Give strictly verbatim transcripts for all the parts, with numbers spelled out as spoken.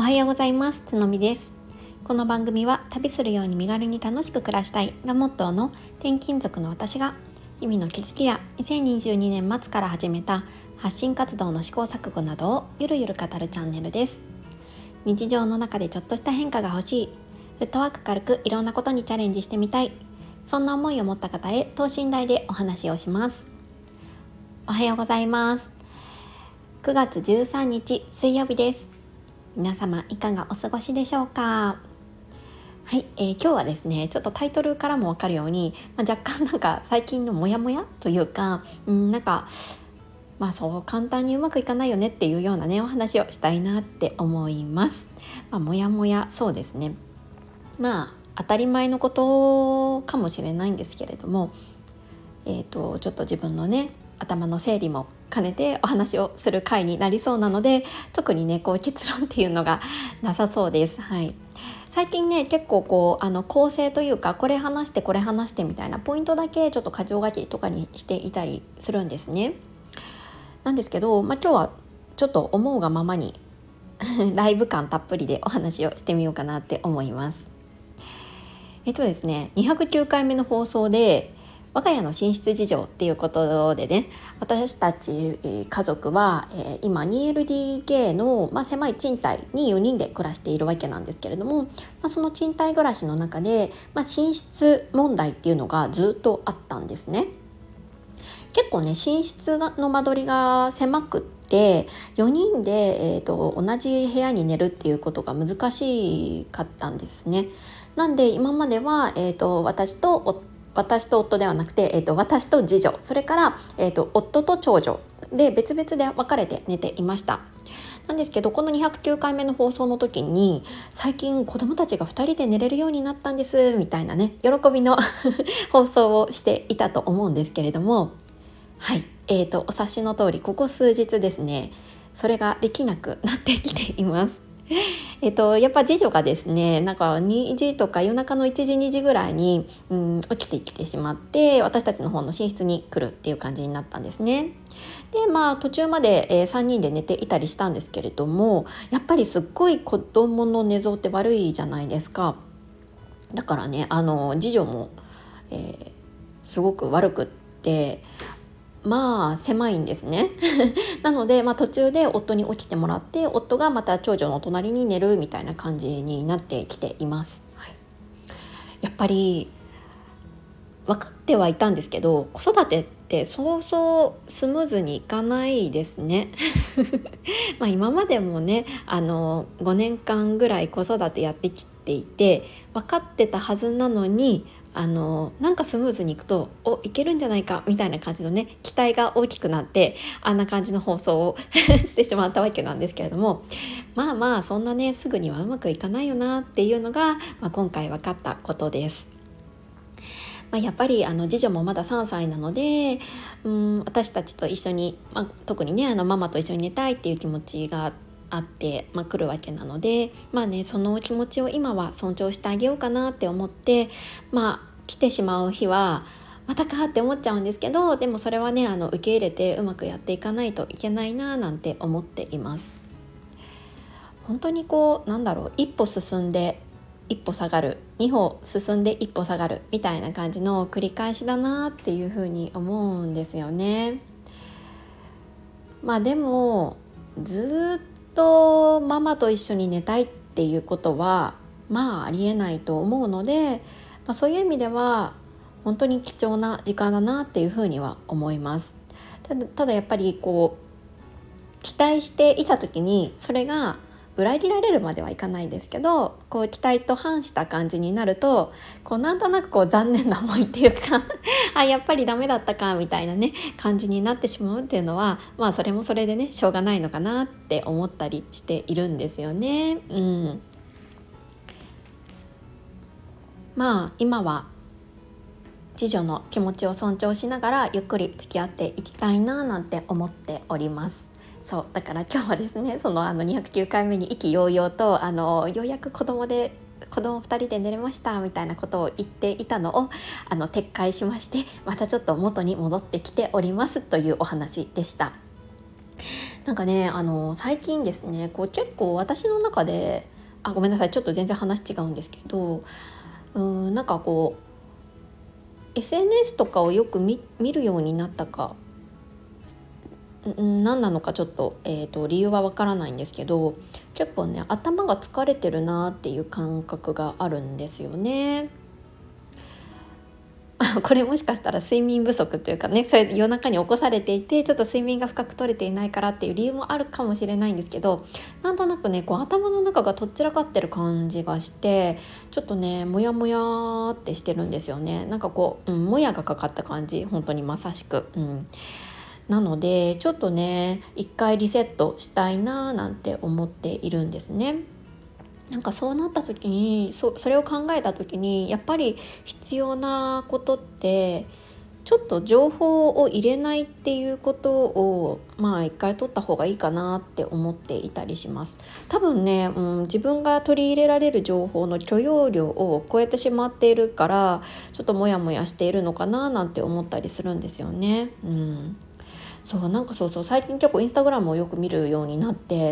はようございます。つのみです。この番組は旅するように身軽に楽しく暮らしたいがモットーの転勤族の私が日々の気づきやにせんにじゅうにねん末から始めた発信活動の試行錯誤などをゆるゆる語るチャンネルです。日常の中でちょっとした変化が欲しい、フットワーク軽くいろんなことにチャレンジしてみたい、そんな思いを持った方へ等身大でお話をします。おはようございます。くがつじゅうさんにち水曜日です。皆様いかがお過ごしでしょうか。はい、えー、今日はですねちょっとタイトルからもわかるように、まあ、若干なんか最近のモヤモヤというか、うん、なんかまあそう簡単にうまくいかないよねっていうようなねお話をしたいなって思います。まあ、モヤモヤそうですね、まあ当たり前のことかもしれないんですけれども、えーと、ちょっと自分のね頭の整理も兼ねてお話をする回になりそうなので、特にねこう結論っていうのがなさそうです。はい、最近ね結構こうあの構成というか、これ話してこれ話してみたいなポイントだけちょっと箇条書きとかにしていたりするんですね。なんですけど、まあ、今日はちょっと思うがままにライブ感たっぷりでお話をしてみようかなって思います。えっとですねにひゃくきゅうかいめの放送で我が家の寝室事情っていうことでね、私たち家族は、えー、今 ツーエルディーケー の、まあ、狭い賃貸によにんで暮らしているわけなんですけれども、まあ、その賃貸暮らしの中で、まあ、寝室問題っていうのがずっとあったんですね。結構ね寝室の間取りが狭くってよにんで、えーと、同じ部屋に寝るっていうことが難しかったんですね。なんで今までは、えーと、私と夫私と夫ではなくて、えー、と私と次女、それから、えー、と夫と長女で別々で分かれて寝ていました。なんですけど、このにひゃくきゅうかいめの放送の時に、最近子供たちがふたりで寝れるようになったんですみたいなね喜びの放送をしていたと思うんですけれども、はい、えー、とお察しの通りここ数日ですねそれができなくなってきています。えっと、やっぱ次女がですねなんかにじとか夜中のいちじにじぐらいに、うん、起きてきてしまって、私たちの方の寝室に来るっていう感じになったんですね。でまあ途中まで、えー、さんにんで寝ていたりしたんですけれども、やっぱりすっごい子供の寝相って悪いじゃないですか。だからねあの次女も、えー、すごく悪くってまあ狭いんですねなので、まあ、途中で夫に起きてもらって、夫がまた長女の隣に寝るみたいな感じになってきています。はい、やっぱり分かってはいたんですけど、子育てってそうそうスムーズにいかないですねまあ今までもねあのごねんかんぐらい子育てやってきていて分かってたはずなのに、あのなんかスムーズにいくとおいけるんじゃないかみたいな感じのね期待が大きくなって、あんな感じの放送をしてしまったわけなんですけれども、まあまあそんなねすぐにはうまくいかないよなっていうのが、まあ、今回分かったことです。まあ、やっぱりあの次女もまださんさいなので、うん、私たちと一緒に、まあ、特にねあのママと一緒に寝たいっていう気持ちがあって、まあ、来るわけなので、まあね、その気持ちを今は尊重してあげようかなって思って、まあ、来てしまう日はまたかって思っちゃうんですけど、でもそれはねあの受け入れてうまくやっていかないといけないななんて思っています。本当にこうなんだろう、一歩進んで一歩下がる、二歩進んで一歩下がるみたいな感じの繰り返しだなっていうふうに思うんですよね。まあでもずっとママと一緒に寝たいっていうことはまあありえないと思うので、まあ、そういう意味では本当に貴重な時間だなっていうふうには思います。ただ、ただやっぱりこう期待していた時にそれが裏切られるまではいかないですけど、こう期待と反した感じになると、こうなんとなくこう残念な思いっていうかあやっぱりダメだったかみたいなね感じになってしまうっていうのは、まあそれもそれでねしょうがないのかなって思ったりしているんですよね。うん、まあ今は次女の気持ちを尊重しながらゆっくり付き合っていきたいななんて思っております。そうだから今日はですねそのあのにひゃくきゅうかいめに意気揚々とあのようやく子供で子供ふたりで寝れましたみたいなことを言っていたのをあの撤回しまして、またちょっと元に戻ってきておりますというお話でした。 なんかねあの最近ですねこう結構私の中であごめんなさいちょっと全然話違うんですけど、うーんなんかこう エスエヌエス とかをよく 見, 見るようになったか、うん、何なのかちょっと、えーと、理由はわからないんですけど、結構ね頭が疲れてるなっていう感覚があるんですよね。これもしかしたら睡眠不足というかね、それ夜中に起こされていてちょっと睡眠が深く取れていないからっていう理由もあるかもしれないんですけど、なんとなくねこう頭の中がとっちらかってる感じがして、ちょっとねモヤモヤってしてるんですよね。なんかこう、うん、もやがかかった感じ、本当にまさしく、うん、なのでちょっとね一回リセットしたいななんて思っているんですね。なんかそうなった時に そ, それを考えた時にやっぱり必要なことってちょっと情報を入れないっていうことをまあ一回取った方がいいかなって思っていたりします。多分ね、うん、自分が取り入れられる情報の許容量を超えてしまっているからちょっとモヤモヤしているのかななんて思ったりするんですよね。うんそうなんかそうそう最近結構インスタグラムをよく見るようになって、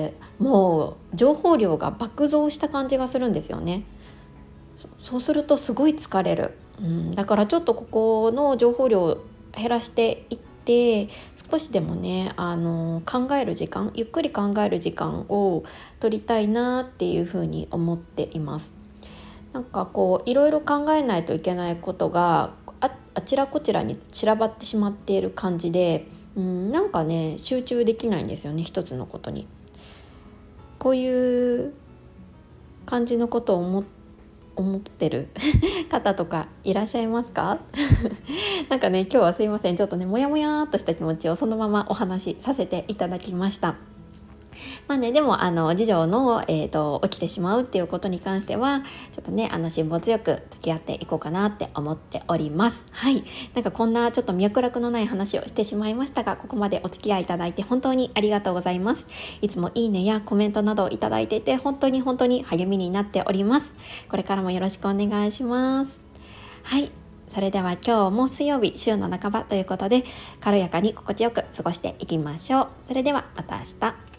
もう情報量が爆増した感じがするんですよね。 そ, そうするとすごい疲れる、うん、だからちょっとここの情報量を減らしていって少しでもねあの考える時間ゆっくり考える時間を取りたいなっていうふうに思っています。なんかこういろいろ考えないといけないことが あ, あちらこちらに散らばってしまっている感じで、うん、なんかね集中できないんですよね一つのことに。こういう感じのことを思、思ってる方とかいらっしゃいますか？なんかね今日はすいませんちょっとねモヤモヤっとした気持ちをそのままお話しさせていただきました。まあね、でもあの次女の、えーと、起きてしまうっていうことに関してはちょっとねあの辛抱強く付き合っていこうかなって思っております。はい、なんかこんなちょっと脈絡のない話をしてしまいましたが、ここまでお付き合いいただいて本当にありがとうございます。いつもいいねやコメントなどをいただいていて本当に本当に励みになっております。これからもよろしくお願いします。はい、それでは今日も水曜日週の半ばということで軽やかに心地よく過ごしていきましょう。それではまた明日。